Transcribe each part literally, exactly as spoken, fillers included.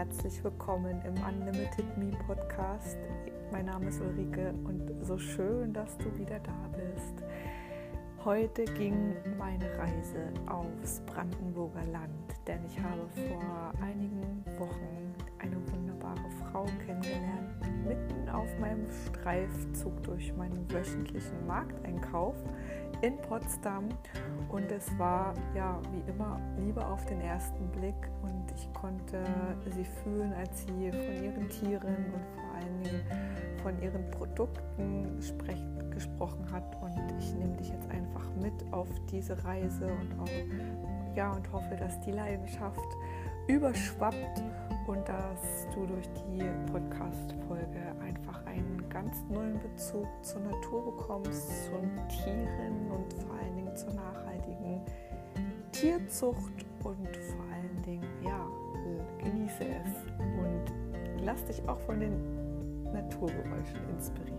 herzlich willkommen im Unlimited Me Podcast. Mein Name ist Ulrike und so schön, dass du wieder da bist. Heute ging meine Reise aufs Brandenburger Land, denn ich habe vor einigen Wochen eine wunderbare Frau kennengelernt, mitten auf meinem Streifzug durch meinen wöchentlichen Markteinkauf in Potsdam, und es war ja wie immer Liebe auf den ersten Blick und ich konnte sie fühlen, als sie von ihren Tieren und vor allen Dingen von ihren Produkten sprech, gesprochen hat, und ich nehme dich jetzt einfach mit auf diese Reise und auch ja und hoffe, dass die Leidenschaft überschwappt und dass du durch die Podcast-Folge einfach einen ganz neuen Bezug zur Natur bekommst, zu Tieren und vor allen Dingen zur nachhaltigen Tierzucht und vor allen Dingen, ja, genieße es und lass dich auch von den Naturgeräuschen inspirieren.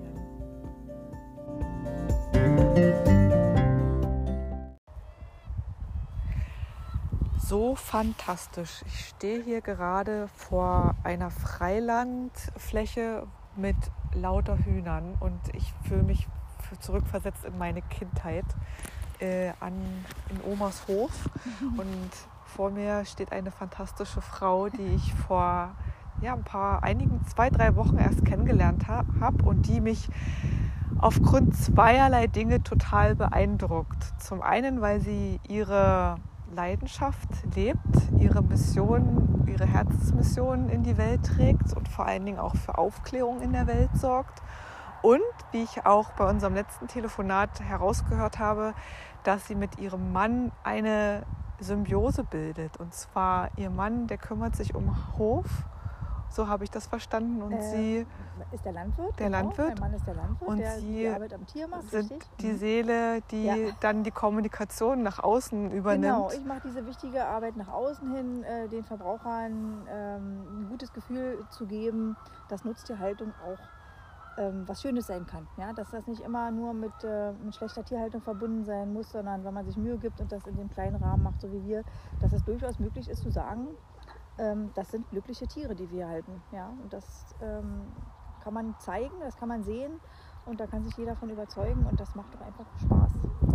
So fantastisch. Ich stehe hier gerade vor einer Freilandfläche mit lauter Hühnern und ich fühle mich zurückversetzt in meine Kindheit äh, an, in Omas Hof. Und vor mir steht eine fantastische Frau, die ich vor ja, ein paar, einigen, zwei, drei Wochen erst kennengelernt ha- habe und die mich aufgrund zweierlei Dinge total beeindruckt. Zum einen, weil sie ihre Leidenschaft lebt, ihre Mission, ihre Herzensmission in die Welt trägt und vor allen Dingen auch für Aufklärung in der Welt sorgt. Und wie ich auch bei unserem letzten Telefonat herausgehört habe, dass sie mit ihrem Mann eine Symbiose bildet. Und zwar ihr Mann, der kümmert sich um Hof, so habe ich das verstanden, und äh, sie ist der Landwirt. Der genau. Landwirt. Mein Mann ist der Landwirt, und der sie die Arbeit am Tier macht, sind richtig? die Seele, die ja. dann die Kommunikation nach außen übernimmt. Genau, ich mache diese wichtige Arbeit nach außen hin, äh, den Verbrauchern ähm, ein gutes Gefühl zu geben, dass Nutztierhaltung auch ähm, was Schönes sein kann. Ja? Dass das nicht immer nur mit, äh, mit schlechter Tierhaltung verbunden sein muss, sondern wenn man sich Mühe gibt und das in dem kleinen Rahmen macht, so wie wir, dass es durchaus möglich ist zu sagen, ähm, das sind glückliche Tiere, die wir halten. Ja? Und das ähm, kann man zeigen, das kann man sehen und da kann sich jeder davon überzeugen und das macht doch einfach Spaß.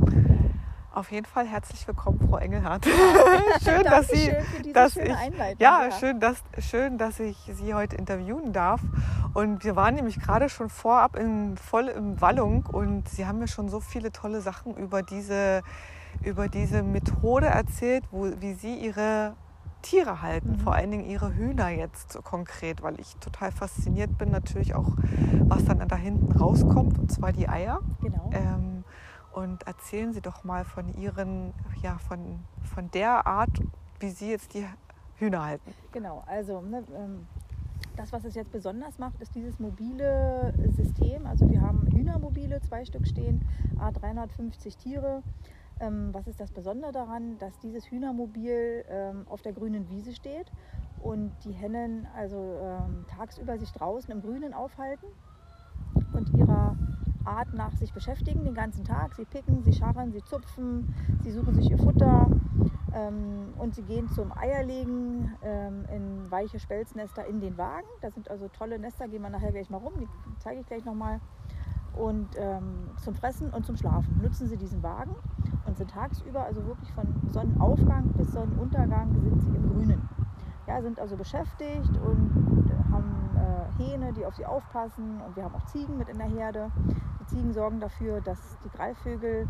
Auf jeden Fall herzlich willkommen, Frau Engelhardt. Ja. schön, dass Sie, schön für diese dass schöne ich, Einleitung. ja, Ja. schön, dass schön, dass ich Sie heute interviewen darf. Und wir waren nämlich gerade schon vorab in, voll im Wallung und Sie haben mir schon so viele tolle Sachen über diese über diese Methode erzählt, wo wie Sie Ihre Tiere halten, mhm. vor allen Dingen ihre Hühner jetzt so konkret, weil ich total fasziniert bin natürlich auch, was dann da hinten rauskommt, und zwar die Eier. Genau. Ähm, und erzählen Sie doch mal von Ihren, ja, von, von der Art, wie Sie jetzt die Hühner halten. Genau, also ne, ähm, das, was es jetzt besonders macht, ist dieses mobile System. Also wir haben Hühnermobile, zwei Stück stehen, à dreihundertfünfzig Tiere. Ähm, was ist das Besondere daran, dass dieses Hühnermobil ähm, auf der grünen Wiese steht und die Hennen also ähm, tagsüber sich draußen im Grünen aufhalten und ihrer Art nach sich beschäftigen den ganzen Tag. Sie picken, sie scharren, sie zupfen, sie suchen sich ihr Futter ähm, und sie gehen zum Eierlegen ähm, in weiche Spelznester in den Wagen. Das sind also tolle Nester, gehen wir nachher gleich mal rum, die zeige ich gleich nochmal. Und ähm, zum Fressen und zum Schlafen nutzen sie diesen Wagen und sind tagsüber, also wirklich von Sonnenaufgang bis Sonnenuntergang, sind sie im Grünen. Ja, sind also beschäftigt und haben äh, Hähne, die auf sie aufpassen, und wir haben auch Ziegen mit in der Herde. Die Ziegen sorgen dafür, dass die Greifvögel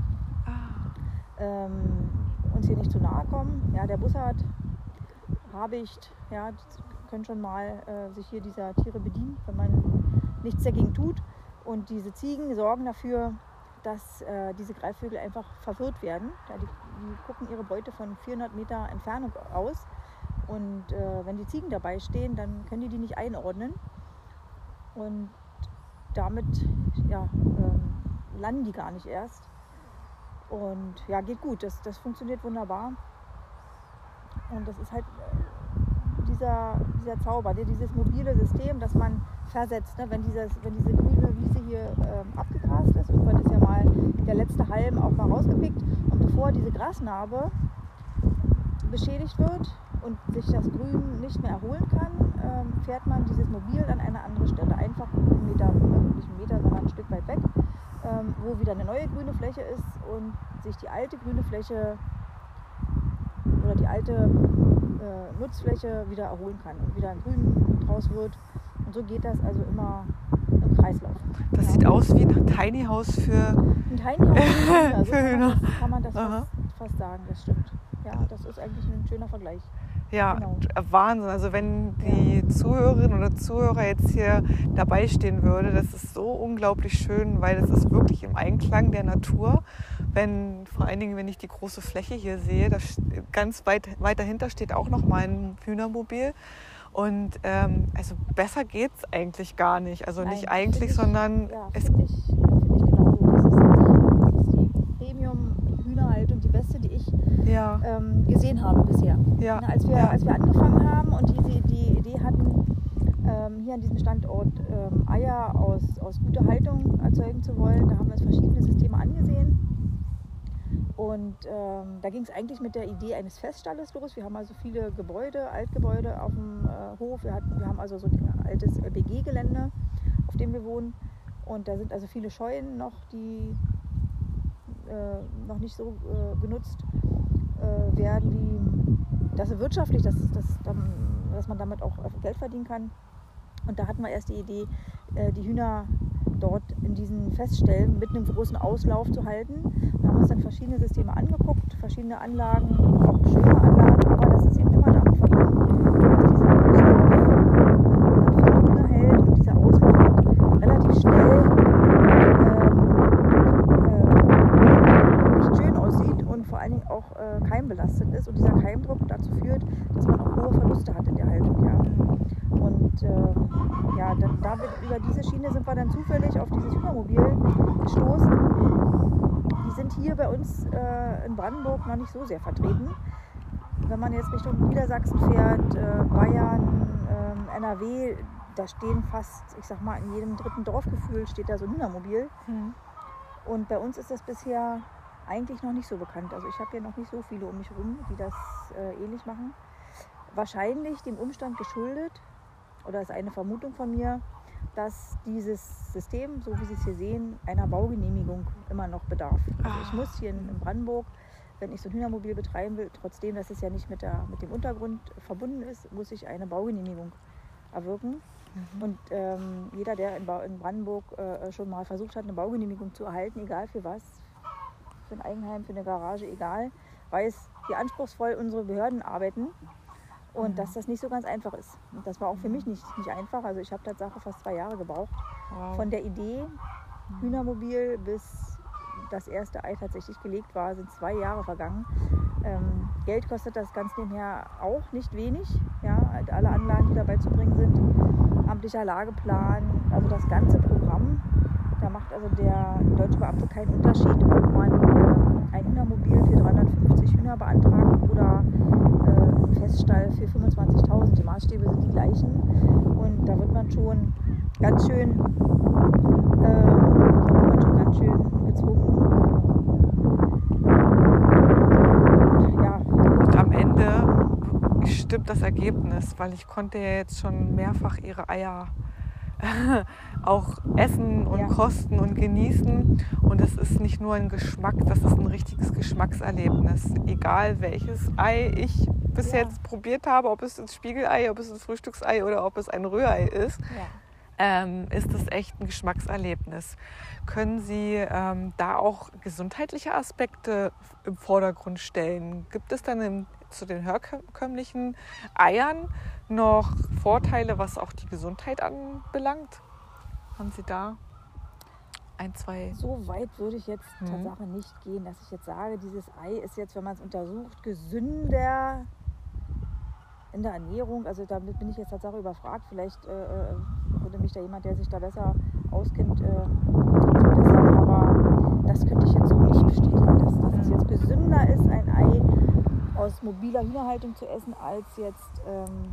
ähm, uns hier nicht zu nahe kommen. Ja, der Bussard, Habicht, ja, können schon mal äh, sich hier dieser Tiere bedienen, wenn man nichts dagegen tut. Und diese Ziegen sorgen dafür, dass äh, diese Greifvögel einfach verwirrt werden. Ja, die, die gucken ihre Beute von vierhundert Meter Entfernung aus. Und äh, wenn die Ziegen dabei stehen, dann können die die nicht einordnen. Und damit ja, ähm, landen die gar nicht erst. Und ja, geht gut. Das, das funktioniert wunderbar. Und das ist halt äh, dieser, dieser Zauber, dieses mobile System, das man versetzt. Ne? Wenn, dieses, wenn diese grüne Wiese hier ähm, abgegrast ist, irgendwann ist ja mal der letzte Halm auch mal rausgepickt. Und bevor diese Grasnarbe beschädigt wird und sich das Grün nicht mehr erholen kann, ähm, fährt man dieses Mobil an eine andere Stelle, einfach einen Meter, äh, nicht einen Meter, sondern ein Stück weit weg, ähm, wo wieder eine neue grüne Fläche ist und sich die alte grüne Fläche oder die alte äh, Nutzfläche wieder erholen kann und wieder ein Grün draus wird. Und so geht das also immer im Kreislauf. Das ja. sieht aus wie ein Tiny House für ein Tiny House für Hühner. So für Hühner. kann man das, kann man das fast, fast sagen, das stimmt. Ja, das ist eigentlich ein schöner Vergleich. Ja, genau. Wahnsinn. Also wenn die ja. Zuhörerinnen oder Zuhörer jetzt hier dabei stehen würde, das ist so unglaublich schön, weil das ist wirklich im Einklang der Natur. Wenn, vor allen Dingen, wenn ich die große Fläche hier sehe, da ganz weit, weit dahinter steht auch noch mal ein Hühnermobil. Und ähm, also besser geht's eigentlich gar nicht. Also Nein, nicht eigentlich, ich, sondern ja, es finde ich, find ich genau so. Das ist, das ist die Premium-Hühnerhaltung, die beste, die ich ja. ähm, gesehen habe bisher. Ja. Na, als, wir, ja. als wir angefangen haben und die, die Idee hatten, ähm, hier an diesem Standort ähm, Eier aus, aus guter Haltung erzeugen zu wollen, da haben wir uns verschiedene Systeme angesehen. Und ähm, da ging es eigentlich mit der Idee eines Feststalles los. Wir haben also viele Gebäude, Altgebäude auf dem äh, Hof. Wir, hatten, wir haben also so ein altes L B G-Gelände, auf dem wir wohnen. Und da sind also viele Scheunen noch, die äh, noch nicht so äh, genutzt äh, werden, wie das ist wirtschaftlich, dass, dass, dass man damit auch Geld verdienen kann. Und da hatten wir erst die Idee, äh, die Hühner dort in diesen Feststellen mit einem großen Auslauf zu halten. Wir haben uns dann verschiedene Systeme angeguckt, verschiedene Anlagen, auch schöne Anlagen, aber das ist eben immer damit verbunden, dass dieser Auslauf, wenn man viele Hühner hält und dieser Auslauf relativ schnell ähm, äh, nicht schön aussieht und vor allen Dingen auch äh, keimbelastet ist und dieser Keimdruck dazu führt, dass man auch hohe Verluste hat in der Haltung. Ja. Und ähm, ja, dann, da wir, über diese Schiene sind wir dann zufällig auf dieses Hühnermobil gestoßen. Die sind hier bei uns äh, in Brandenburg noch nicht so sehr vertreten. Wenn man jetzt Richtung Niedersachsen fährt, äh, Bayern, äh, N R W, da stehen fast, ich sag mal, in jedem dritten Dorfgefühl steht da so ein Hühnermobil. Mhm. Und bei uns ist das bisher eigentlich noch nicht so bekannt. Also ich habe ja noch nicht so viele um mich herum, die das äh, ähnlich machen. Wahrscheinlich dem Umstand geschuldet, oder ist eine Vermutung von mir, dass dieses System, so wie Sie es hier sehen, einer Baugenehmigung immer noch bedarf. Also ich muss hier in Brandenburg, wenn ich so ein Hühnermobil betreiben will, trotzdem, dass es ja nicht mit, der, mit dem Untergrund verbunden ist, muss ich eine Baugenehmigung erwirken. Mhm. Und ähm, jeder, der in, ba- in Brandenburg äh, schon mal versucht hat, eine Baugenehmigung zu erhalten, egal für was, für ein Eigenheim, für eine Garage, egal, weiß, wie anspruchsvoll unsere Behörden arbeiten. Und mhm. dass das nicht so ganz einfach ist. Und das war auch für mich nicht, nicht einfach. Also ich habe tatsächlich fast zwei Jahre gebraucht. Wow. Von der Idee Hühnermobil bis das erste Ei tatsächlich gelegt war, sind zwei Jahre vergangen. Ähm, Geld kostet das ganz nebenher auch nicht wenig. Ja, alle Anlagen, die dabei zu bringen sind. Amtlicher Lageplan, also das ganze Programm. Da macht also der deutsche Beamte keinen Unterschied, ob man äh, ein Hühnermobil für dreihundertfünfzig Hühner beantragt oder äh, einen Feststall für fünfundzwanzigtausend. Die Maßstäbe sind die gleichen. Und da wird man schon ganz schön, äh, da wird man schon ganz schön gezwungen. Äh, ja. Und am Ende stimmt das Ergebnis, weil ich konnte ja jetzt schon mehrfach ihre Eier auch essen und ja. kosten und genießen. Und es ist nicht nur ein Geschmack, das ist ein richtiges Geschmackserlebnis. Egal welches Ei ich bis ja. jetzt probiert habe, ob es ein Spiegelei, ob es ein Frühstücksei oder ob es ein Rührei ist, ja. ähm, ist das echt ein Geschmackserlebnis. Können Sie ähm, da auch gesundheitliche Aspekte im Vordergrund stellen? Gibt es dann im, zu den herkömmlichen Eiern noch Vorteile, was auch die Gesundheit anbelangt? Haben Sie da ein, zwei? So weit würde ich jetzt mhm. Tatsache nicht gehen, dass ich jetzt sage, dieses Ei ist jetzt, wenn man es untersucht, gesünder in der Ernährung. Also damit bin ich jetzt Tatsache überfragt. Vielleicht äh, würde mich da jemand, der sich da besser auskennt, äh, verbessern. Aber das könnte ich jetzt so nicht bestätigen, dass, dass es jetzt gesünder ist, ein Ei aus mobiler Hühnerhaltung zu essen, als jetzt ähm,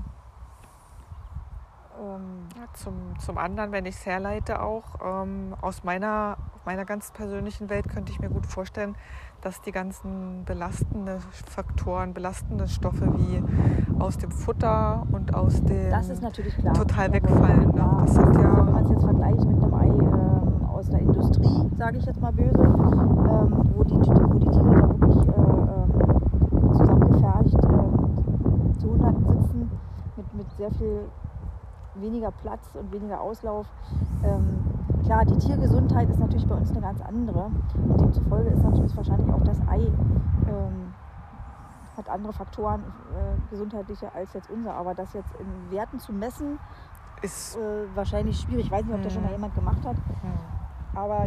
ähm, ja, zum, zum anderen, wenn ich es herleite auch, ähm, aus meiner, meiner ganz persönlichen Welt könnte ich mir gut vorstellen, dass die ganzen belastenden Faktoren, belastende Stoffe wie aus dem Futter und aus dem Das ist natürlich klar. total wegfallen. Ne? Ja, das sind ja, also wenn man es jetzt vergleicht mit einem Ei ähm, aus der Industrie, sage ich jetzt mal böse, ähm, wo, die, wo die Tiere da wirklich äh, ähm, zusammengefercht äh, zu Hunderten sitzen, mit, mit sehr viel weniger Platz und weniger Auslauf. Ähm, klar, die Tiergesundheit ist natürlich bei uns eine ganz andere. Und demzufolge ist natürlich wahrscheinlich auch das Ei ähm, hat andere Faktoren äh, gesundheitlicher als jetzt unser. Aber das jetzt in Werten zu messen, ist äh, wahrscheinlich schwierig. Ich weiß nicht, ob das schon mal jemand gemacht hat. Aber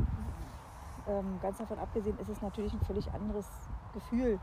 ähm, ganz davon abgesehen ist es natürlich ein völlig anderes Gefühl.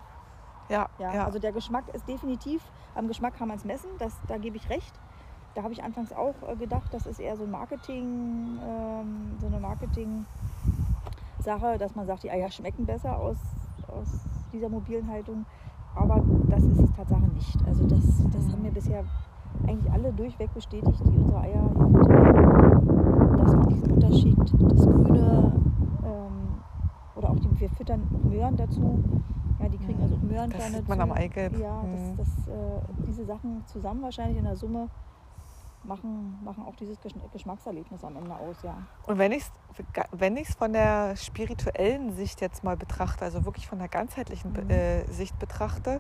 Ja, ja, ja. Also der Geschmack ist definitiv, am Geschmack kann man es messen, das, da gebe ich recht. Da habe ich anfangs auch äh, gedacht, das ist eher so ein Marketing, ähm, so eine Marketing-Sache, dass man sagt, die Eier schmecken besser aus, aus dieser mobilen Haltung. Aber das ist es Tatsache nicht. Also das, das haben mir bisher eigentlich alle durchweg bestätigt, die unsere Eier konsumieren, dass man diesen Unterschied, das Grüne ähm, oder auch die, wir füttern Möhren dazu. Ja, die kriegen also auch Möhrenkerne. Das sieht man zu, am Eigelb. Ja, das, das, äh, diese Sachen zusammen wahrscheinlich in der Summe machen, machen auch dieses Geschmackserlebnis am Ende aus, ja. Und wenn ich es wenn ich's von der spirituellen Sicht jetzt mal betrachte, also wirklich von der ganzheitlichen mhm. äh, Sicht betrachte,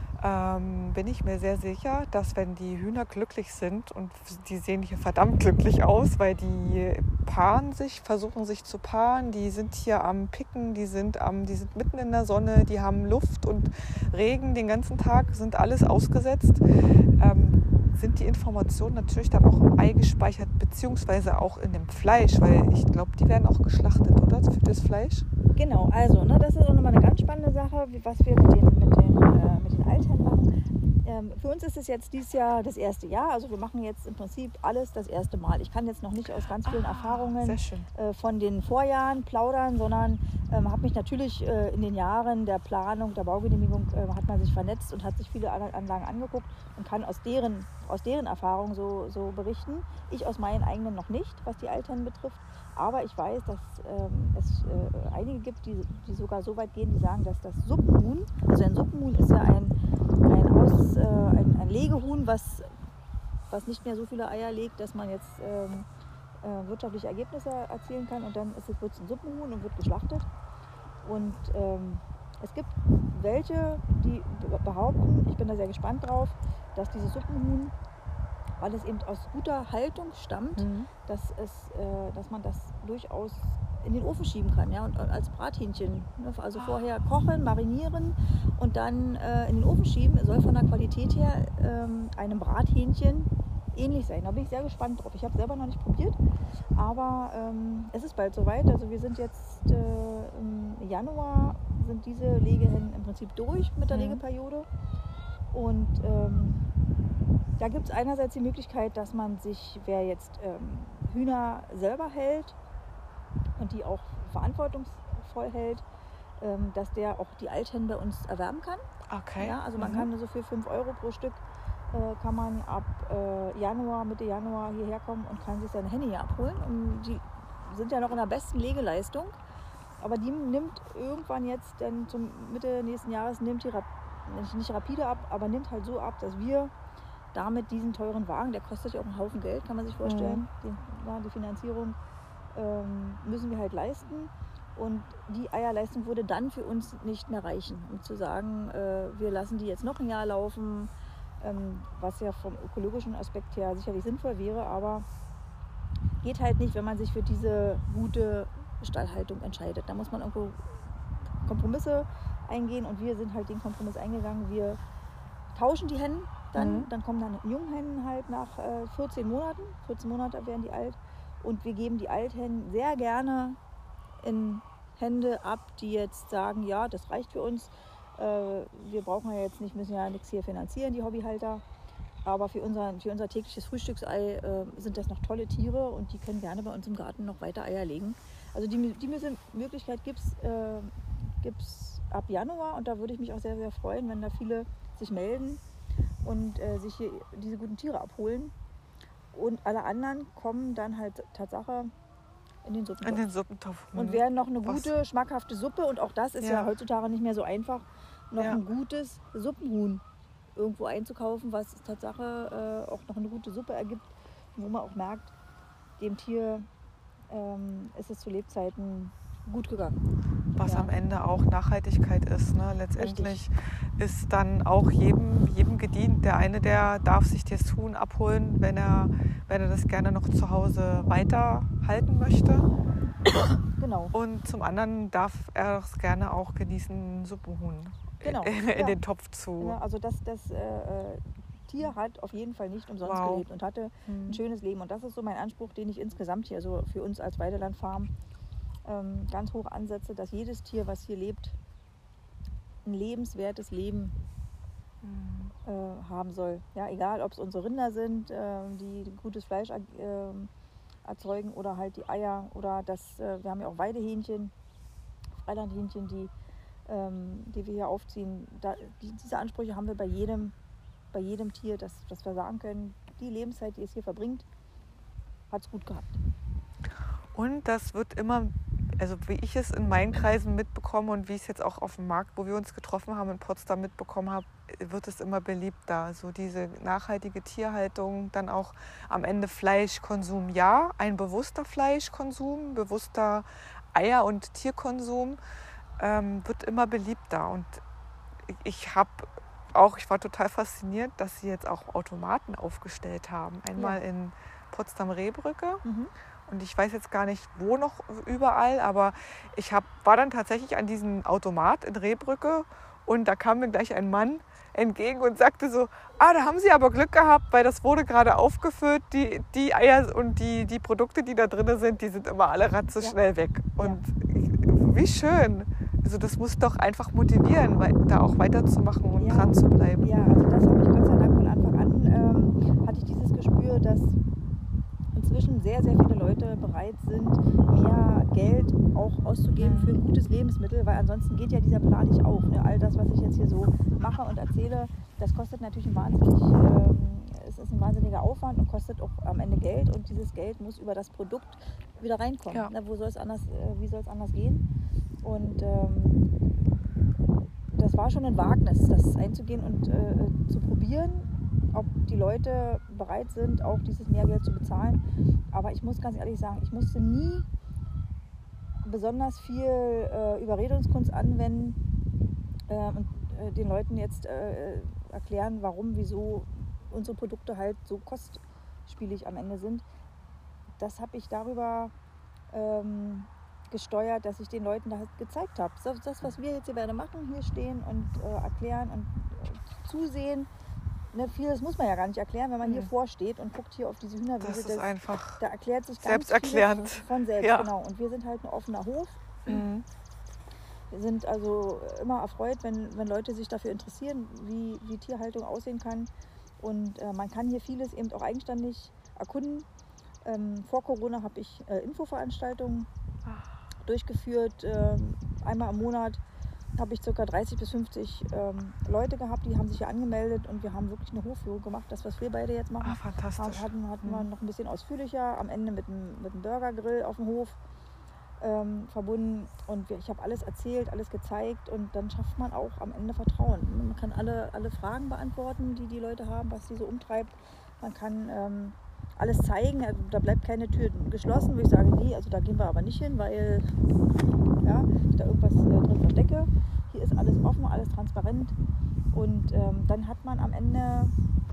ähm, bin ich mir sehr sicher, dass wenn die Hühner glücklich sind, und die sehen hier verdammt glücklich aus, weil die paaren sich, versuchen sich zu paaren, die sind hier am Picken, die sind, am, die sind mitten in der Sonne, die haben Luft und Regen den ganzen Tag, sind alles ausgesetzt, ähm, sind die Informationen natürlich dann auch im Ei gespeichert, beziehungsweise auch in dem Fleisch, weil ich glaube, die werden auch geschlachtet, oder? Für das Fleisch? Genau, also ne, das ist auch nochmal eine ganz spannende Sache, was wir mit den, mit den, äh, mit den Altern machen. Ähm, für uns ist es jetzt dieses Jahr das erste Jahr, also wir machen jetzt im Prinzip alles das erste Mal. Ich kann jetzt noch nicht aus ganz vielen ah, Erfahrungen äh, von den Vorjahren plaudern, sondern ähm, habe mich natürlich äh, in den Jahren der Planung, der Baugenehmigung, äh, hat man sich vernetzt und hat sich viele Anlagen angeguckt und kann aus deren, aus deren Erfahrungen so, so berichten. Ich aus meinen eigenen noch nicht, was die Altern betrifft. Aber ich weiß, dass ähm, es äh, einige gibt, die, die sogar so weit gehen, die sagen, dass das Suppenhuhn, also ein Suppenhuhn ist ja ein, ein, Aus, äh, ein, ein Legehuhn, was, was nicht mehr so viele Eier legt, dass man jetzt ähm, äh, wirtschaftliche Ergebnisse erzielen kann. Und dann ist es, wird es ein Suppenhuhn und wird geschlachtet. Und ähm, es gibt welche, die behaupten, ich bin da sehr gespannt drauf, dass dieses Suppenhuhn, weil es eben aus guter Haltung stammt, mhm. dass, es, äh, dass man das durchaus in den Ofen schieben kann, ja, und als Brathähnchen. Ne? Also vorher kochen, marinieren und dann äh, in den Ofen schieben. Soll von der Qualität her ähm, einem Brathähnchen ähnlich sein. Da bin ich sehr gespannt drauf. Ich habe es selber noch nicht probiert, aber ähm, es ist bald soweit. Also wir sind jetzt äh, im Januar, sind diese Legehennen im Prinzip durch mit der mhm. Legeperiode. Und ähm, da gibt es einerseits die Möglichkeit, dass man sich, wer jetzt ähm, Hühner selber hält und die auch verantwortungsvoll hält, ähm, dass der auch die Althennen bei uns erwerben kann. Okay. Ja, also man mhm. kann so für fünf Euro pro Stück äh, kann man ab äh, Januar, Mitte Januar hierher kommen und kann sich seine Henne hier abholen. Und die sind ja noch in der besten Legeleistung, aber die nimmt irgendwann jetzt, dann zum Mitte nächsten Jahres, nimmt die nicht rapide ab, aber nimmt halt so ab, dass wir damit diesen teuren Wagen, der kostet ja auch einen Haufen Geld, kann man sich vorstellen, mhm. die, ja, die Finanzierung ähm, müssen wir halt leisten. Und die Eierleistung würde dann für uns nicht mehr reichen, um zu sagen, äh, wir lassen die jetzt noch ein Jahr laufen, ähm, was ja vom ökologischen Aspekt her sicherlich sinnvoll wäre, aber geht halt nicht, wenn man sich für diese gute Stallhaltung entscheidet. Da muss man irgendwo Kompromisse eingehen und wir sind halt den Kompromiss eingegangen. Wir tauschen die Hennen, dann, mhm. dann kommen dann Junghennen halt nach äh, vierzehn Monaten, vierzehn Monate werden die alt und wir geben die Althennen sehr gerne in Hände ab, die jetzt sagen, ja, das reicht für uns, äh, wir brauchen ja jetzt nicht, müssen ja nichts hier finanzieren, die Hobbyhalter, aber für unser, für unser tägliches Frühstücksei äh, sind das noch tolle Tiere und die können gerne bei uns im Garten noch weiter Eier legen. Also die, die Möglichkeit gibt es äh, gibt's ab Januar und da würde ich mich auch sehr, sehr freuen, wenn da viele sich melden und äh, sich hier diese guten Tiere abholen. Und alle anderen kommen dann halt Tatsache in den Suppentopf. In den Suppentopf. Und wer noch eine Was? gute, schmackhafte Suppe, und auch das ist ja, Ja. heutzutage nicht mehr so einfach, noch Ja. ein gutes Suppenhuhn irgendwo einzukaufen, was Tatsache äh, auch noch eine gute Suppe ergibt, wo man auch merkt, dem Tier ähm, ist es zu Lebzeiten gut gegangen. Was Ja. am Ende auch Nachhaltigkeit ist. Ne? Letztendlich Richtig. ist dann auch jedem, jedem gedient. Der eine, der darf sich das Huhn abholen, wenn er, wenn er das gerne noch zu Hause weiterhalten möchte. Genau. Und zum anderen darf er es gerne auch genießen, Suppenhuhn Genau, in, in ja. den Topf zu. Ja, also das, das äh, äh, Tier hat auf jeden Fall nicht umsonst Wow. gelebt und hatte Mhm. ein schönes Leben. Und das ist so mein Anspruch, den ich insgesamt hier, also für uns als Weidelandfarm, ähm, ganz hoch ansetze, dass jedes Tier, was hier lebt, ein lebenswertes Leben Mhm. äh, haben soll. Ja, egal, ob es unsere Rinder sind, äh, die gutes Fleisch äh, erzeugen, oder halt die Eier, oder das, äh, wir haben ja auch Weidehähnchen, Freilandhähnchen, die, ähm, die wir hier aufziehen. Da, die, diese Ansprüche haben wir bei jedem, bei jedem Tier, dass, dass wir sagen können, die Lebenszeit, die es hier verbringt, hat es gut gehabt. Und das wird immer, also wie ich es in meinen Kreisen mitbekomme und wie ich es jetzt auch auf dem Markt, wo wir uns getroffen haben, in Potsdam mitbekommen habe, wird es immer beliebter. So diese nachhaltige Tierhaltung, dann auch am Ende Fleischkonsum, ja, ein bewusster Fleischkonsum, bewusster Eier- und Tierkonsum ähm, wird immer beliebter. Und ich habe auch, ich war total fasziniert, dass sie jetzt auch Automaten aufgestellt haben. Einmal Ja. in Potsdam-Rehbrücke. Mhm. Und ich weiß jetzt gar nicht, wo noch überall, aber ich hab, war dann tatsächlich an diesem Automat in Rehbrücke und da kam mir gleich ein Mann entgegen und sagte so, ah, da haben Sie aber Glück gehabt, weil das wurde gerade aufgefüllt, die, die Eier und die, die Produkte, die da drin sind, die sind immer alle ratze Ja. schnell weg. Und wie schön. Also das muss doch einfach motivieren, weil, da auch weiterzumachen und Ja. dran zu bleiben. Ja, also das habe ich Gott sei Dank von Anfang an, ähm, hatte ich dieses Gespür, dass inzwischen sehr, sehr viele Leute bereit sind, mehr Geld auch auszugeben für ein gutes Lebensmittel, weil ansonsten geht ja dieser Plan nicht auf. Ne? All das, was ich jetzt hier so mache und erzähle, das kostet natürlich ein wahnsinnig, ähm, es ist ein wahnsinniger Aufwand und kostet auch am Ende Geld, und dieses Geld muss über das Produkt wieder reinkommen. Ja. Ne? Wo soll es anders, äh, wie soll es anders gehen? Und ähm, das war schon ein Wagnis, das einzugehen und äh, zu probieren, ob die Leute bereit sind, auch dieses Mehrgeld zu bezahlen. Aber ich muss ganz ehrlich sagen, ich musste nie besonders viel äh, Überredungskunst anwenden äh, und äh, den Leuten jetzt äh, erklären, warum, wieso unsere Produkte halt so kostspielig am Ende sind. Das habe ich darüber ähm, gesteuert, dass ich den Leuten das gezeigt habe. Das, das, was wir jetzt hier beide machen, hier stehen und äh, erklären und äh, zusehen. Ne, vieles muss man ja gar nicht erklären, wenn man hier Mhm. vorsteht und guckt hier auf diese Hühnerwiese. Das ist einfach da erklärt sich ganz selbsterklärend. vieles von selbst. Ja. Genau. Und wir sind halt ein offener Hof. Mhm. Wir sind also immer erfreut, wenn, wenn Leute sich dafür interessieren, wie, wie Tierhaltung aussehen kann. Und äh, man kann hier vieles eben auch eigenständig erkunden. Ähm, vor Corona habe ich äh, Infoveranstaltungen durchgeführt. Ähm, einmal im Monat habe ich ca. dreißig bis fünfzig ähm, Leute gehabt, die haben sich hier angemeldet, und wir haben wirklich eine Hofführung gemacht. Das, was wir beide jetzt machen, Ah, fantastisch. hatten, hatten wir Mhm. noch ein bisschen ausführlicher. Am Ende mit einem, mit einem Burgergrill auf dem Hof ähm, verbunden. Und wir, ich habe alles erzählt, alles gezeigt, und dann schafft man auch am Ende Vertrauen. Man kann alle, alle Fragen beantworten, die die Leute haben, was sie so umtreibt. Man kann ähm, alles zeigen, also da bleibt keine Tür geschlossen, wo ich sage, nee, also da gehen wir aber nicht hin, weil ja, ich da irgendwas äh, drin verstecke. Hier ist alles offen, alles transparent, und ähm, dann hat man am Ende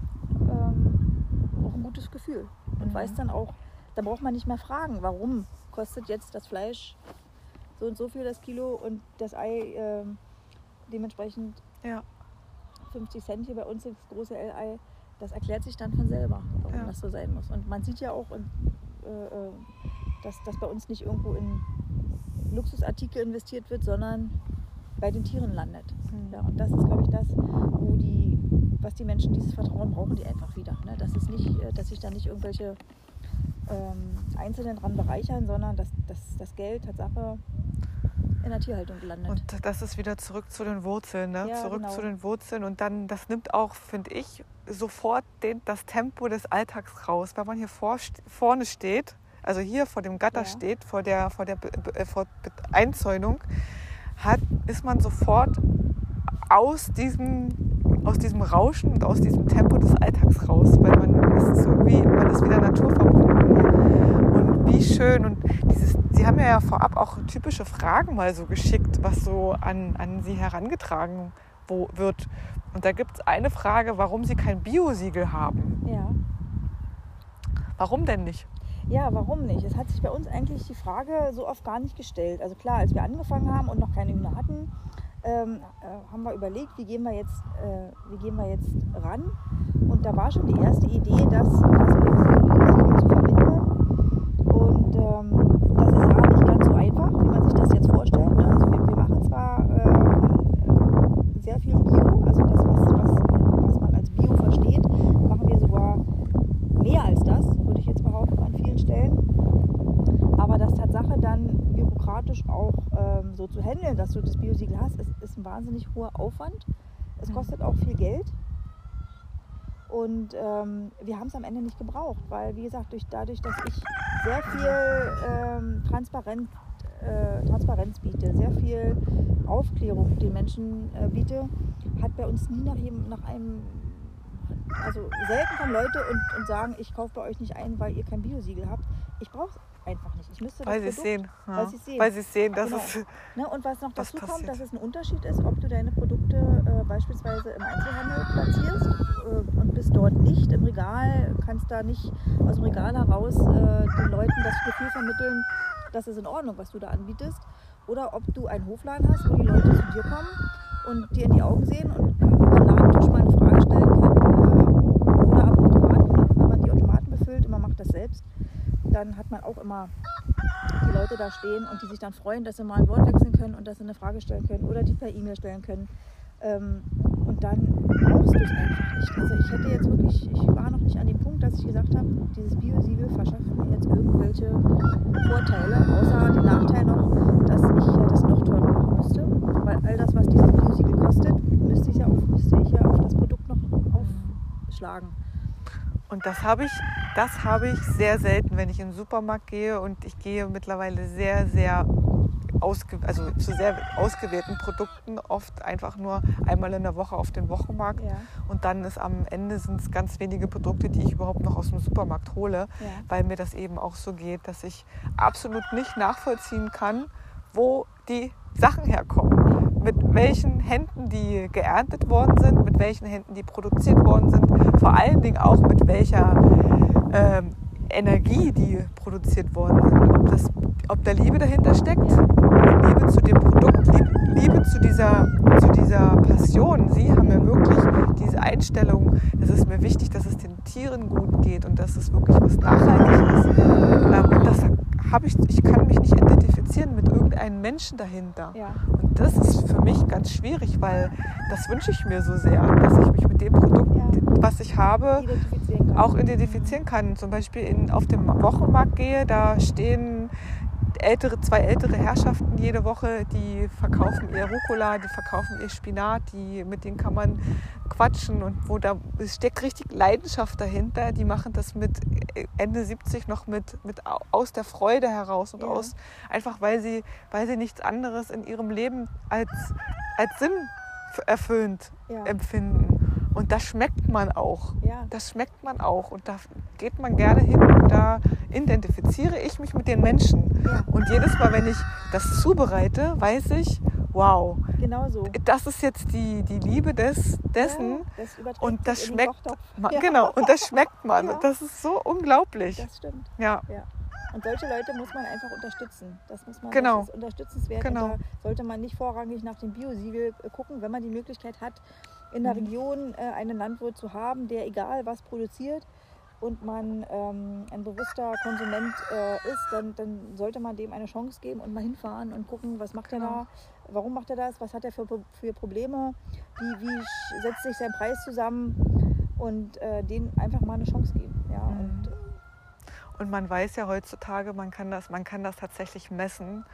ähm, auch ein gutes Gefühl und Mhm. weiß dann auch, dann braucht man nicht mehr fragen, warum kostet jetzt das Fleisch so und so viel das Kilo und das Ei ähm, dementsprechend Ja. fünfzig Cent hier bei uns, das große L-Ei. Das erklärt sich dann von selber, warum Ja. das so sein muss. Und man sieht ja auch, und, äh, dass, dass bei uns nicht irgendwo in Luxusartikel investiert wird, sondern bei den Tieren landet. Mhm. Ja, und das ist, glaube ich, das, wo die, was die Menschen, dieses Vertrauen brauchen die einfach wieder. Ne? Das ist nicht, äh, dass sich da nicht irgendwelche ähm, Einzelnen dran bereichern, sondern dass, dass das Geld Tatsache in der Tierhaltung landet. Und das ist wieder zurück zu den Wurzeln, ne? Ja, Zurück genau. zu den Wurzeln. Und dann, das nimmt auch, finde ich, sofort den, das Tempo des Alltags raus. Wenn man hier vor, vorne steht, also hier vor dem Gatter Ja. steht, vor der, vor der äh, vor Einzäunung, hat, ist man sofort aus diesem, aus diesem Rauschen und aus diesem Tempo des Alltags raus, weil man ist irgendwie, man ist wieder naturverbunden. Und wie schön. Und dieses, Sie haben ja vorab auch typische Fragen mal so geschickt, was so an, an Sie herangetragen wo, wird. Und da gibt es eine Frage, warum Sie kein Biosiegel haben. Ja. Warum denn nicht? Ja, warum nicht? Es hat sich bei uns eigentlich die Frage so oft gar nicht gestellt. Also klar, als wir angefangen haben und noch keine Hühner hatten, ähm, äh, haben wir überlegt, wie gehen wir jetzt, äh, wie gehen wir jetzt ran. Und da war schon die erste Idee, das, das Biosiegel zu verbinden. Und ähm, das ist ja nicht ganz so einfach, wie man sich das jetzt vorstellt. Ne? Also wir, wir machen zwar ähm, sehr viel Bio, also das, was, was, was man als Bio versteht, machen wir sogar mehr als das, würde ich jetzt behaupten, an vielen Stellen. Aber das Tatsache dann bürokratisch auch ähm, so zu handeln, dass du das Biosiegel hast, ist, ist ein wahnsinnig hoher Aufwand. Es kostet auch viel Geld. Und ähm, wir haben es am Ende nicht gebraucht, weil, wie gesagt, durch, dadurch, dass ich sehr viel ähm, Transparenz, äh, Transparenz biete, sehr viel Aufklärung den Menschen äh, biete, hat bei uns nie nach, jedem, nach einem, also selten kommen Leute und, und sagen, ich kaufe bei euch nicht ein, weil ihr kein Biosiegel habt. Ich brauche es einfach nicht. Ich müsste Weil das Sie es Produkt, sehen. Ja. weil sie es sehen. Weil Sie es sehen, dass Genau. es... Ne, und was noch was dazu kommt, passiert. dass es ein Unterschied ist, ob du deine Produkte äh, beispielsweise im Einzelhandel platzierst äh, und bist dort nicht im Regal, kannst da nicht aus dem Regal heraus äh, den Leuten das Gefühl vermitteln, das ist in Ordnung, was du da anbietest. Oder ob du einen Hofladen hast, wo die Leute zu dir kommen und dir in die Augen sehen und über den Ladentisch mal eine Frage stellen können. Äh, oder am Automaten, wenn man die Automaten befüllt und man macht das selbst, dann hat man auch immer die Leute da stehen und die sich dann freuen, dass sie mal ein Wort wechseln können und dass sie eine Frage stellen können oder die per E-Mail stellen können. Ähm, und dann brauchst du es einfach nicht. Also ich hätte jetzt wirklich, ich war noch nicht an dem Punkt, dass ich gesagt habe, dieses Biosiegel verschafft mir jetzt irgendwelche Vorteile, außer den Nachteil noch, dass ich ja das noch teurer machen müsste. Weil all das, was dieses Biosiegel kostet, müsste ich ja auf, müsste ich ja auf das Produkt noch aufschlagen. Und das habe ich, das habe ich sehr selten, wenn ich in den Supermarkt gehe, und ich gehe mittlerweile sehr, sehr ausge, also zu sehr ausgewählten Produkten, oft einfach nur einmal in der Woche auf den Wochenmarkt. Ja. Und dann ist am Ende sind es ganz wenige Produkte, die ich überhaupt noch aus dem Supermarkt hole, Ja. weil mir das eben auch so geht, dass ich absolut nicht nachvollziehen kann, wo die Sachen herkommen, mit welchen Händen die geerntet worden sind, mit welchen Händen die produziert worden sind, vor allen Dingen auch mit welcher ähm, Energie die produziert worden sind, ob, das, ob da Liebe dahinter steckt, Liebe zu dem Produkt, Liebe, Liebe zu dieser, zu dieser Passion. Sie haben ja wirklich diese Einstellung, es ist mir wichtig, dass es den Tieren gut geht und dass es wirklich was Nachhaltiges ist. Ähm, und das habe ich, ich kann mich nicht identifizieren mit irgendeinem Menschen dahinter. Ja. Und das ist für mich ganz schwierig, weil das wünsche ich mir so sehr, dass ich mich mit dem Produkt, Ja. was ich habe, Identifizieren kann. auch identifizieren kann. Zum Beispiel in, auf dem Wochenmarkt gehe, da stehen ältere, zwei ältere Herrschaften jede Woche, die verkaufen ihr Rucola, die verkaufen ihr Spinat, die, mit denen kann man quatschen, und wo da es steckt richtig Leidenschaft dahinter. Die machen das mit Ende siebzig noch mit, mit aus der Freude heraus und Ja. aus, einfach weil sie, weil sie nichts anderes in ihrem Leben als, als sinnerfüllend Ja. empfinden. Und das schmeckt man auch. Ja. Das schmeckt man auch. Und da geht man gerne hin und da identifiziere ich mich mit den Menschen. Ja. Und jedes Mal, wenn ich das zubereite, weiß ich, wow, Genau so. das ist jetzt die, die Liebe des, dessen. Ja, das überträgt Und das sich in den schmeckt Kochtopf. man, Ja. genau, und das schmeckt man. Ja. Und das ist so unglaublich. Das stimmt. Ja, Ja. Und solche Leute muss man einfach unterstützen. Das muss man, Genau. das ist unterstützenswert. Genau. Und da sollte man nicht vorrangig nach dem Biosiegel äh, gucken, wenn man die Möglichkeit hat, in der Mhm. Region äh, einen Landwirt zu haben, der egal was produziert und man ähm, ein bewusster Konsument äh, ist, dann, dann sollte man dem eine Chance geben und mal hinfahren und gucken, was macht Genau. er da, warum macht er das, was hat er für, für Probleme, wie, wie sch- setzt sich sein Preis zusammen, und äh, denen einfach mal eine Chance geben. Ja, Mhm. und, Und man weiß ja heutzutage, man kann das, man kann das tatsächlich messen.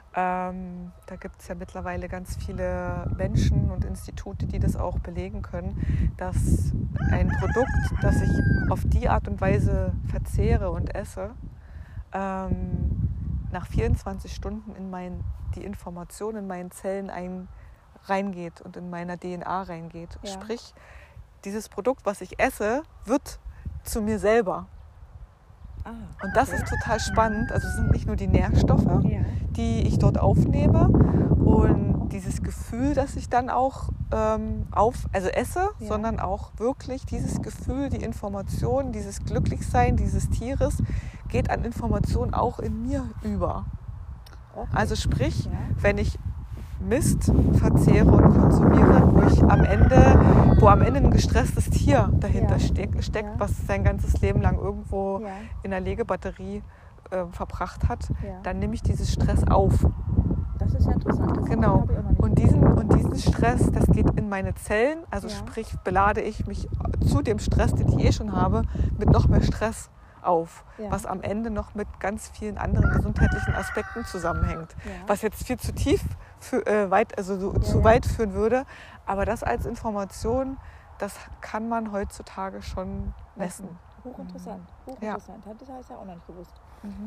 Ähm, da gibt es ja mittlerweile ganz viele Menschen und Institute, die das auch belegen können, dass ein Produkt, das ich auf die Art und Weise verzehre und esse, ähm, nach vierundzwanzig Stunden in mein, die Information in meinen Zellen ein, reingeht und in meiner D N A reingeht. Ja. Sprich, dieses Produkt, was ich esse, wird zu mir selber. Ah, und das okay. ist total spannend. Also es sind nicht nur die Nährstoffe, Ja. die ich dort aufnehme und dieses Gefühl, das ich dann auch ähm, auf, also esse, Ja. sondern auch wirklich dieses Gefühl, die Information, dieses Glücklichsein dieses Tieres geht an Information auch in mir über. Okay. Also sprich, Ja. wenn ich Mist verzehre und konsumiere, wo ich am Ende, wo am Ende ein gestresstes Tier dahinter Ja. steck, steckt, Ja. was sein ganzes Leben lang irgendwo Ja. in der Legebatterie äh, verbracht hat, Ja. dann nehme ich dieses Stress auf. Das ist ja interessant. Das Genau. habe ich auch noch nicht. Und diesen, und diesen Stress, das geht in meine Zellen, also Ja. sprich belade ich mich zu dem Stress, den ich eh schon habe, mit noch mehr Stress auf, Ja. was am Ende noch mit ganz vielen anderen gesundheitlichen Aspekten zusammenhängt. Ja. Was jetzt viel zu tief, für, äh, weit, also so, Ja, zu ja. weit führen würde, aber das als Information, das kann man heutzutage schon messen. Hochinteressant. Hochinteressant. Ja. Das habe ich ja auch noch nicht gewusst. Mhm.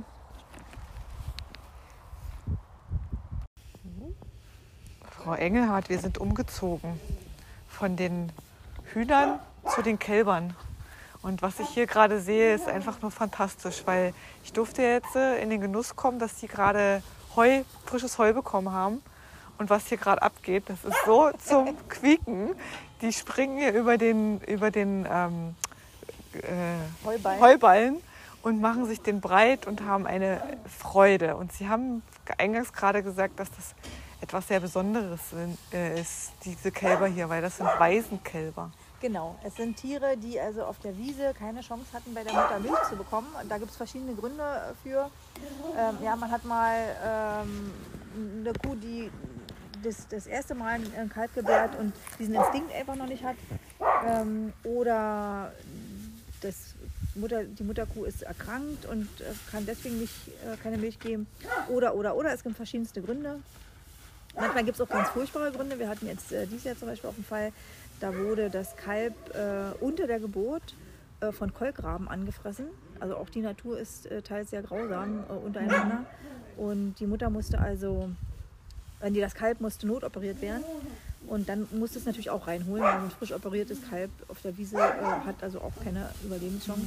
Frau Engelhardt, wir sind umgezogen von den Hühnern zu den Kälbern. Und was ich hier gerade sehe, ist einfach nur fantastisch, weil ich durfte jetzt in den Genuss kommen, dass die gerade Heu, frisches Heu bekommen haben. Und was hier gerade abgeht, das ist so zum Quieken. Die springen hier über den, über den ähm, äh, Heuballen. Heuballen und machen sich den breit und haben eine Freude. Und Sie haben eingangs gerade gesagt, dass das etwas sehr Besonderes sind, äh, ist, diese Kälber hier, weil das sind Waisenkälber. Genau, es sind Tiere, die also auf der Wiese keine Chance hatten, bei der Mutter Milch zu bekommen. Und da gibt es verschiedene Gründe für. Ähm, ja, man hat mal ähm, eine Kuh, die das, das erste Mal ein Kalb gebärt und diesen Instinkt einfach noch nicht hat. Ähm, oder das Mutter, die Mutterkuh ist erkrankt und äh, kann deswegen nicht, äh, keine Milch geben. Oder, oder, oder, es gibt verschiedenste Gründe. Manchmal gibt es auch ganz furchtbare Gründe. Wir hatten jetzt äh, dieses Jahr zum Beispiel auch einen Fall, da wurde das Kalb äh, unter der Geburt äh, von Kolkraben angefressen. Also auch die Natur ist äh, teils sehr grausam äh, untereinander. Und die Mutter musste also, äh, nee, das Kalb musste notoperiert werden. Und dann musste es natürlich auch reinholen, weil ein frisch operiertes Kalb auf der Wiese äh, hat also auch keine Überlebenschance.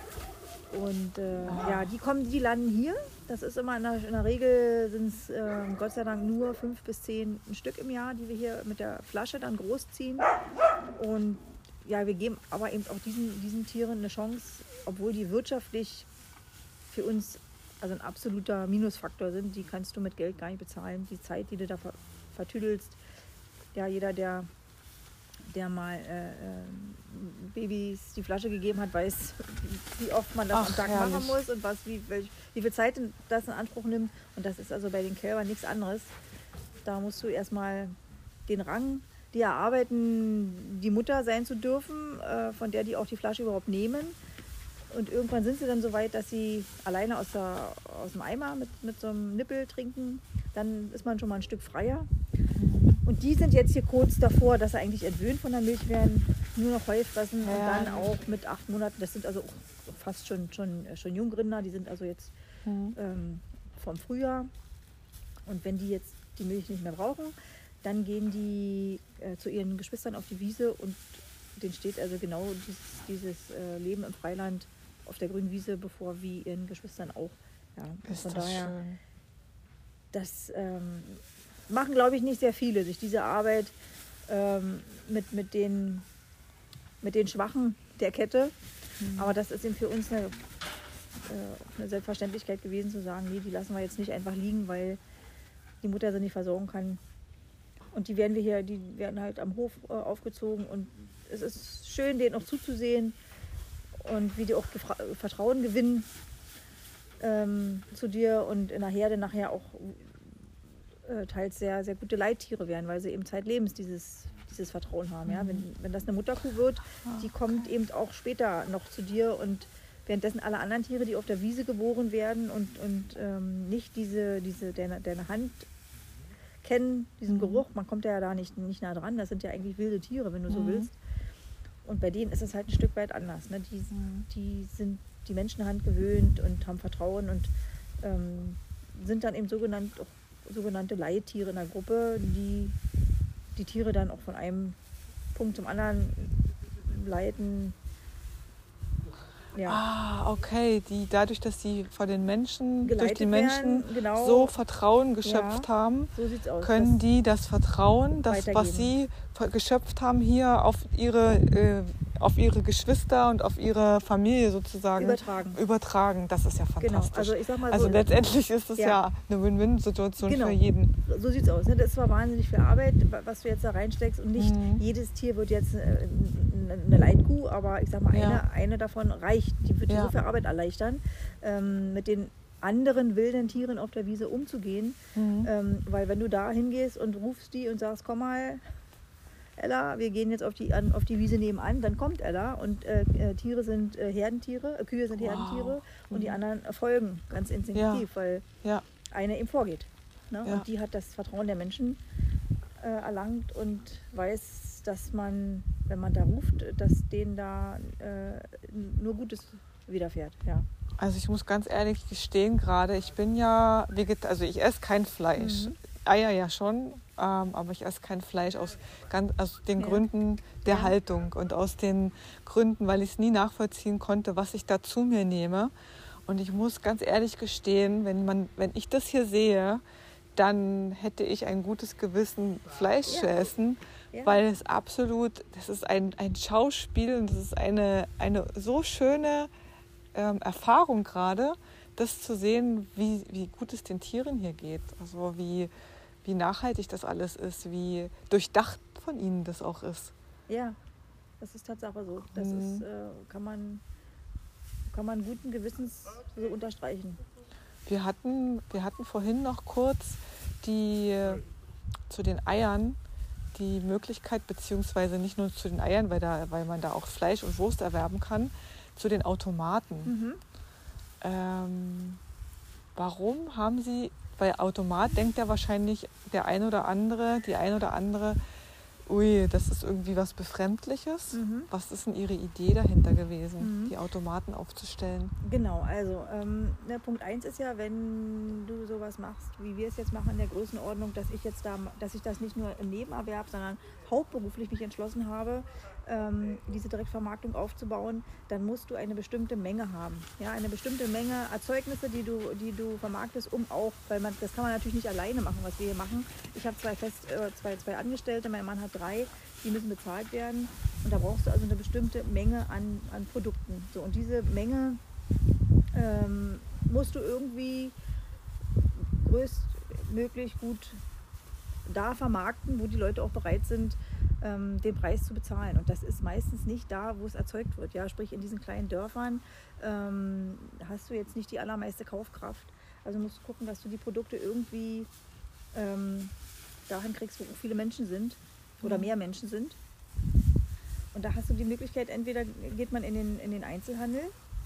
Und äh, ja, die kommen, die landen hier. Das ist immer in der, in der Regel sind es äh, Gott sei Dank nur fünf bis zehn Stück im Jahr, die wir hier mit der Flasche dann großziehen. Und ja, wir geben aber eben auch diesen, diesen Tieren eine Chance, obwohl die wirtschaftlich für uns also ein absoluter Minusfaktor sind. Die kannst du mit Geld gar nicht bezahlen. Die Zeit, die du da ver vertüdelst. Ja, jeder, der der mal äh, Babys die Flasche gegeben hat, weiß, wie oft man das Ach, am Tag herrlich. machen muss und was, wie, welch, wie viel Zeit das in Anspruch nimmt. Und das ist also bei den Kälbern nichts anderes. Da musst du erstmal den Rang, die erarbeiten, die Mutter sein zu dürfen, äh, von der die auch die Flasche überhaupt nehmen. Und irgendwann sind sie dann so weit, dass sie alleine aus, der, aus dem Eimer mit, mit so einem Nippel trinken. Dann ist man schon mal ein Stück freier. Und die sind jetzt hier kurz davor, dass sie eigentlich entwöhnt von der Milch werden, nur noch Heu fressen Ja. und dann auch mit acht Monaten, das sind also auch fast schon, schon, schon Jungrinder, die sind also jetzt Mhm. ähm, vom Frühjahr. Und wenn die jetzt die Milch nicht mehr brauchen, dann gehen die äh, zu ihren Geschwistern auf die Wiese und denen steht also genau dieses, dieses äh, Leben im Freiland auf der grünen Wiese bevor, wie ihren Geschwistern auch. Ja, und Ist von das daher, schön. das ähm, machen, glaube ich, nicht sehr viele, sich diese Arbeit ähm, mit, mit, den, mit den Schwachen der Kette. Mhm. Aber das ist eben für uns eine, äh, eine Selbstverständlichkeit gewesen, zu sagen, nee, die lassen wir jetzt nicht einfach liegen, weil die Mutter sie nicht versorgen kann. Und die werden wir hier, die werden halt am Hof äh, aufgezogen und es ist schön, denen auch zuzusehen und wie die auch Gefra Vertrauen gewinnen ähm, zu dir und in der Herde nachher auch äh, teils sehr, sehr gute Leittiere werden, weil sie eben zeitlebens dieses, dieses Vertrauen haben. Ja? Wenn, wenn das eine Mutterkuh wird, die kommt eben auch später noch zu dir und währenddessen alle anderen Tiere, die auf der Wiese geboren werden und, und ähm, nicht diese, diese deine, deine Hand kennen, diesen Mhm. Geruch, man kommt ja da nicht, nicht nah dran, das sind ja eigentlich wilde Tiere, wenn du so Mhm. willst. und bei denen ist es halt ein Stück weit anders. Ne? Die, die sind die Menschenhand gewöhnt und haben Vertrauen und ähm, sind dann eben sogenannt, auch sogenannte Leittiere in der Gruppe, die die Tiere dann auch von einem Punkt zum anderen leiten. Ja. Ah, okay. Die dadurch, dass sie von den Menschen, Geleitet durch die Menschen werden, genau. so Vertrauen geschöpft Ja, haben, so sieht's aus. können das die das Vertrauen, das was sie geschöpft haben, hier auf ihre, äh, auf ihre Geschwister und auf ihre Familie sozusagen übertragen. übertragen. Das ist ja fantastisch. Genau. Also, ich sag mal so, also letztendlich ist es ja. ja eine Win-Win-Situation genau. für jeden. So sieht es aus. Ne? Das ist zwar wahnsinnig viel Arbeit, was du jetzt da reinsteckst und nicht mhm. jedes Tier wird jetzt äh, eine Leitkuh, aber ich sag mal, eine, ja. eine davon reicht. Die wird dir ja. so viel Arbeit erleichtern, ähm, mit den anderen wilden Tieren auf der Wiese umzugehen. Mhm. Ähm, weil wenn du da hingehst und rufst die und sagst, komm mal, Ella, wir gehen jetzt auf die, an, auf die Wiese nebenan, dann kommt Ella und äh, äh, Tiere sind äh, Herdentiere, äh, Kühe sind wow. Herdentiere und mhm. die anderen folgen ganz instinktiv, ja. weil ja. eine eben vorgeht. Ne? Ja. Und die hat das Vertrauen der Menschen äh, erlangt und weiß, dass man, wenn man da ruft, dass denen da äh, nur Gutes widerfährt. Ja. Also ich muss ganz ehrlich gestehen gerade, ich bin ja, Veget- also ich esse kein Fleisch. Mhm. Eier ja schon, ähm, aber ich esse kein Fleisch aus, ganz, aus den ja. Gründen der ja. Haltung und aus den Gründen, weil ich es nie nachvollziehen konnte, was ich da zu mir nehme. Und ich muss ganz ehrlich gestehen, wenn, man, wenn ich das hier sehe, dann hätte ich ein gutes Gewissen, Fleisch ja. zu essen, ja. weil es absolut, das ist ein, ein Schauspiel und das ist eine, eine so schöne ähm, Erfahrung gerade, das zu sehen, wie, wie gut es den Tieren hier geht. Also wie, wie nachhaltig das alles ist, wie durchdacht von ihnen das auch ist. Ja, das ist Tatsache so. Das mhm. ist, äh, kann man, kann man guten Gewissens so unterstreichen. Wir hatten, wir hatten vorhin noch kurz die, zu den Eiern die Möglichkeit, beziehungsweise nicht nur zu den Eiern, weil, da, weil man da auch Fleisch und Wurst erwerben kann, zu den Automaten. Mhm. Ähm, warum haben Sie, bei Automat denkt ja wahrscheinlich der ein oder andere, die ein oder andere, ui, das ist irgendwie was Befremdliches. Mhm. Was ist denn Ihre Idee dahinter gewesen, mhm. die Automaten aufzustellen? Genau, also ähm, ne, Punkt eins ist ja, wenn du sowas machst, wie wir es jetzt machen in der Größenordnung, dass ich jetzt da, dass ich das nicht nur im Nebenerwerb, sondern hauptberuflich mich entschlossen habe, ähm, diese Direktvermarktung aufzubauen, dann musst du eine bestimmte Menge haben. Ja, eine bestimmte Menge Erzeugnisse, die du, die du vermarktest, um auch, weil man, das kann man natürlich nicht alleine machen, was wir hier machen. Ich habe zwei, Fest, äh, zwei, zwei Angestellte, mein Mann hat drei, die müssen bezahlt werden und da brauchst du also eine bestimmte Menge an, an Produkten. So, und diese Menge ähm, musst du irgendwie größtmöglich gut da vermarkten, wo die Leute auch bereit sind, ähm, den Preis zu bezahlen. Und das ist meistens nicht da, wo es erzeugt wird. Ja, sprich in diesen kleinen Dörfern ähm, hast du jetzt nicht die allermeiste Kaufkraft. Also musst du gucken, dass du die Produkte irgendwie ähm, dahin kriegst, wo viele Menschen sind oder mehr Menschen sind. Und da hast du die Möglichkeit, entweder geht man in den, in den Einzelhandel.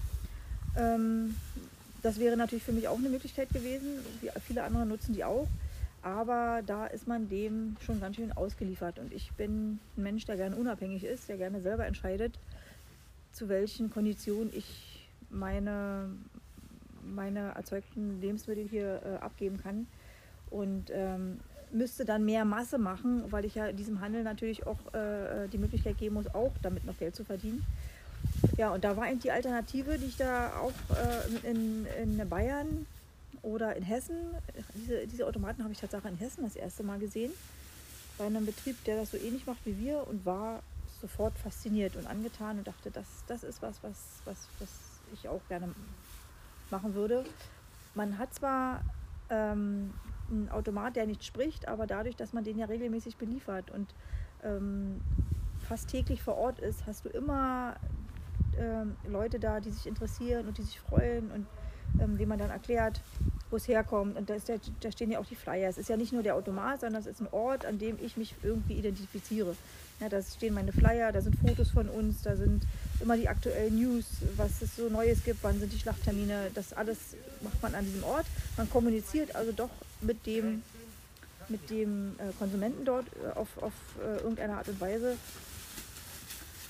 Ähm, das wäre natürlich für mich auch eine Möglichkeit gewesen. Viele andere nutzen die auch. Aber da ist man dem schon ganz schön ausgeliefert. Und ich bin ein Mensch, der gerne unabhängig ist, der gerne selber entscheidet, zu welchen Konditionen ich meine, meine erzeugten Lebensmittel hier äh, abgeben kann. Und ähm, müsste dann mehr Masse machen, weil ich ja diesem Handel natürlich auch äh, die Möglichkeit geben muss, auch damit noch Geld zu verdienen. Ja, und da war eigentlich die Alternative, die ich da auch äh, in, in Bayern oder in Hessen, diese, diese Automaten habe ich tatsächlich in Hessen das erste Mal gesehen, bei einem Betrieb, der das so ähnlich macht wie wir, und war sofort fasziniert und angetan und dachte, das, das ist was, was, was, was ich auch gerne machen würde. Man hat zwar ähm, einen Automat, der nicht spricht, aber dadurch, dass man den ja regelmäßig beliefert und ähm, fast täglich vor Ort ist, hast du immer ähm, Leute da, die sich interessieren und die sich freuen und ähm, denen man dann erklärt, wo es herkommt. Und da, ist der, da stehen ja auch die Flyer. Es ist ja nicht nur der Automat, sondern es ist ein Ort, an dem ich mich irgendwie identifiziere. Ja, da stehen meine Flyer, da sind Fotos von uns, da sind immer die aktuellen News, was es so Neues gibt, wann sind die Schlachttermine. Das alles macht man an diesem Ort. Man kommuniziert also doch mit dem, mit dem äh, Konsumenten dort äh, auf, auf äh, irgendeine Art und Weise.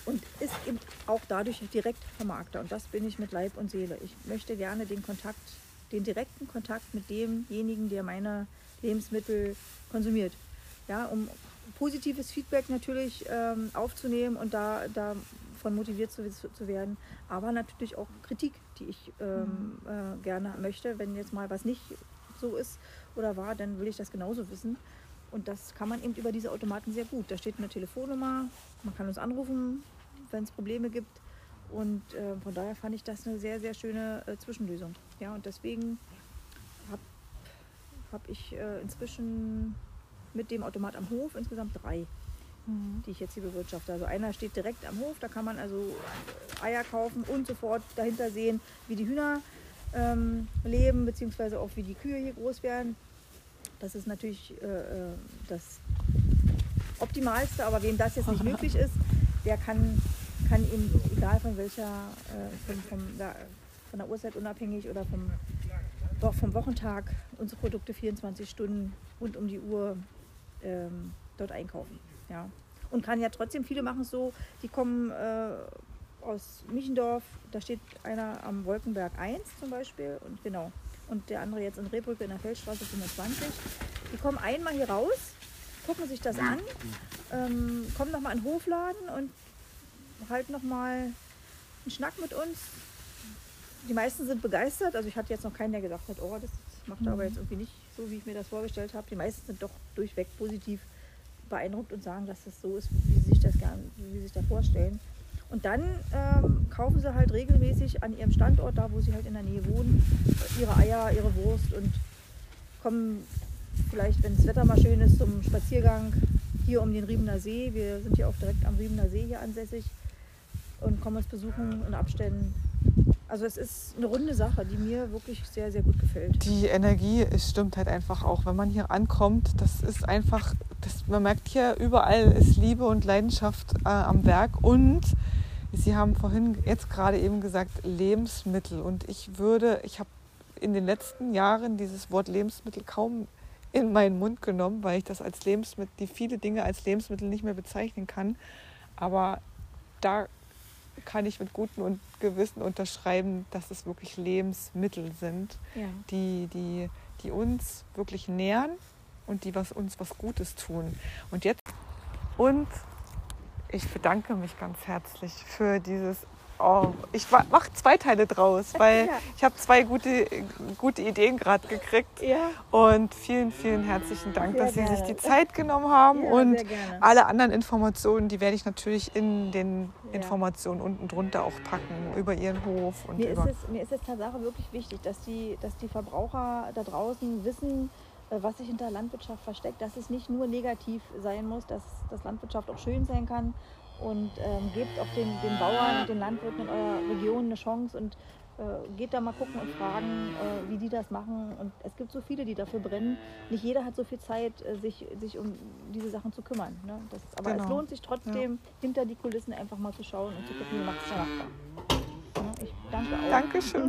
und ist eben auch dadurch direkt Vermarkter. Und das bin ich mit Leib und Seele. Ich möchte gerne den Kontakt, den direkten Kontakt mit demjenigen, der meine Lebensmittel konsumiert. Ja, um positives Feedback natürlich ähm, aufzunehmen und da, davon motiviert zu, zu werden, aber natürlich auch Kritik, die ich ähm, mhm. äh, gerne möchte. Wenn jetzt mal was nicht so ist oder war, dann will ich das genauso wissen. Und das kann man eben über diese Automaten sehr gut. Da steht eine Telefonnummer, man kann uns anrufen, wenn es Probleme gibt. Und äh, von daher fand ich das eine sehr, sehr schöne äh, Zwischenlösung. Ja, und deswegen habe hab ich äh, inzwischen mit dem Automat am Hof insgesamt drei, mhm. die ich jetzt hier bewirtschafte. Also einer steht direkt am Hof, da kann man also Eier kaufen und sofort dahinter sehen, wie die Hühner ähm, leben, beziehungsweise auch wie die Kühe hier groß werden. Das ist natürlich äh, das Optimalste, aber wem das jetzt nicht möglich ist, der kann, kann eben, egal von welcher, äh, von, von, der, von der Uhrzeit unabhängig oder vom, vom Wochentag, unsere Produkte vierundzwanzig Stunden rund um die Uhr ähm, dort einkaufen. Ja. Und kann ja trotzdem, viele machen es so, die kommen äh, aus Michendorf, da steht einer am Wolkenberg eins zum Beispiel und genau. Und der andere jetzt in Rehbrücke in der Feldstraße fünfundzwanzig. Die kommen einmal hier raus, gucken sich das an, ähm, kommen nochmal in den Hofladen und halten nochmal einen Schnack mit uns. Die meisten sind begeistert. Also ich hatte jetzt noch keinen, der gesagt hat, oh, das macht mhm. aber jetzt irgendwie nicht so, wie ich mir das vorgestellt habe. Die meisten sind doch durchweg positiv beeindruckt und sagen, dass das so ist, wie sie sich das gern, wie sie sich das vorstellen. Und dann ähm, kaufen sie halt regelmäßig an ihrem Standort, da wo sie halt in der Nähe wohnen, ihre Eier, ihre Wurst und kommen vielleicht, wenn das Wetter mal schön ist, zum Spaziergang hier um den Riebener See. Wir sind ja auch direkt am Riebener See hier ansässig und kommen uns besuchen und abstellen. Also es ist eine runde Sache, die mir wirklich sehr, sehr gut gefällt. Die Energie, es stimmt halt einfach auch, wenn man hier ankommt, das ist einfach, das, man merkt hier überall ist Liebe und Leidenschaft äh, am Werk und Sie haben vorhin jetzt gerade eben gesagt Lebensmittel und ich würde, ich habe in den letzten Jahren dieses Wort Lebensmittel kaum in meinen Mund genommen, weil ich das als Lebensmittel, die viele Dinge als Lebensmittel nicht mehr bezeichnen kann, aber da kann ich mit gutem Gewissen unterschreiben, dass es wirklich Lebensmittel sind, ja. die, die, die uns wirklich nähren und die was, uns was Gutes tun. Und jetzt und ich bedanke mich ganz herzlich für dieses, oh, ich mache zwei Teile draus, weil ja. ich habe zwei gute, gute Ideen gerade gekriegt. Ja. Und vielen, vielen herzlichen Dank, sehr dass gerne. Sie sich die Zeit genommen haben. Ja, und alle anderen Informationen, die werde ich natürlich in den ja. Informationen unten drunter auch packen, über Ihren Hof. Und mir, über ist es, mir ist es tatsächlich wirklich wichtig, dass die, dass die Verbraucher da draußen wissen, was sich hinter Landwirtschaft versteckt, dass es nicht nur negativ sein muss, dass, dass Landwirtschaft auch schön sein kann und ähm, gebt auch den, den Bauern, den Landwirten in eurer Region eine Chance und äh, geht da mal gucken und fragen, äh, wie die das machen und es gibt so viele, die dafür brennen. Nicht jeder hat so viel Zeit, äh, sich, sich um diese Sachen zu kümmern. Ne? Das, aber genau. Es lohnt sich trotzdem, ja. hinter die Kulissen einfach mal zu schauen und zu gucken, wie macht es der Nachbar. Ja, ich danke auch. Dankeschön.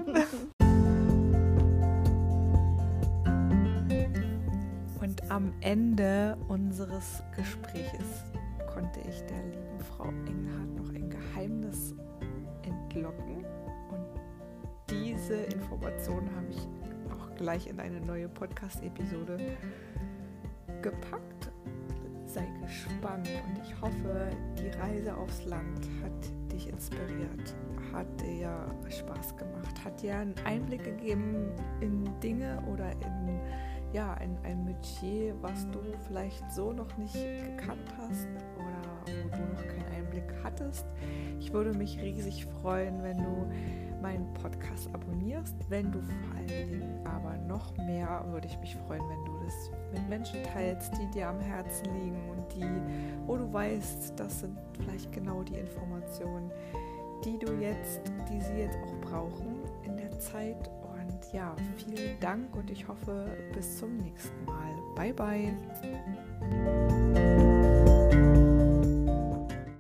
Und am Ende unseres Gespräches konnte ich der lieben Frau Engelhardt noch ein Geheimnis entlocken. Und diese Information habe ich auch gleich in eine neue Podcast-Episode gepackt. Sei gespannt und ich hoffe, die Reise aufs Land hat dich inspiriert, hat dir Spaß gemacht, hat dir einen Einblick gegeben in Dinge oder in ja, ein, ein Metier, was du vielleicht so noch nicht gekannt hast oder wo du noch keinen Einblick hattest. Ich würde mich riesig freuen, wenn du meinen Podcast abonnierst. Wenn du vor allen Dingen aber noch mehr, würde ich mich freuen, wenn du das mit Menschen teilst, die dir am Herzen liegen und die, wo du weißt, das sind vielleicht genau die Informationen, die du jetzt, die sie jetzt auch brauchen in der Zeit. Und ja, vielen Dank und ich hoffe, bis zum nächsten Mal. Bye, bye.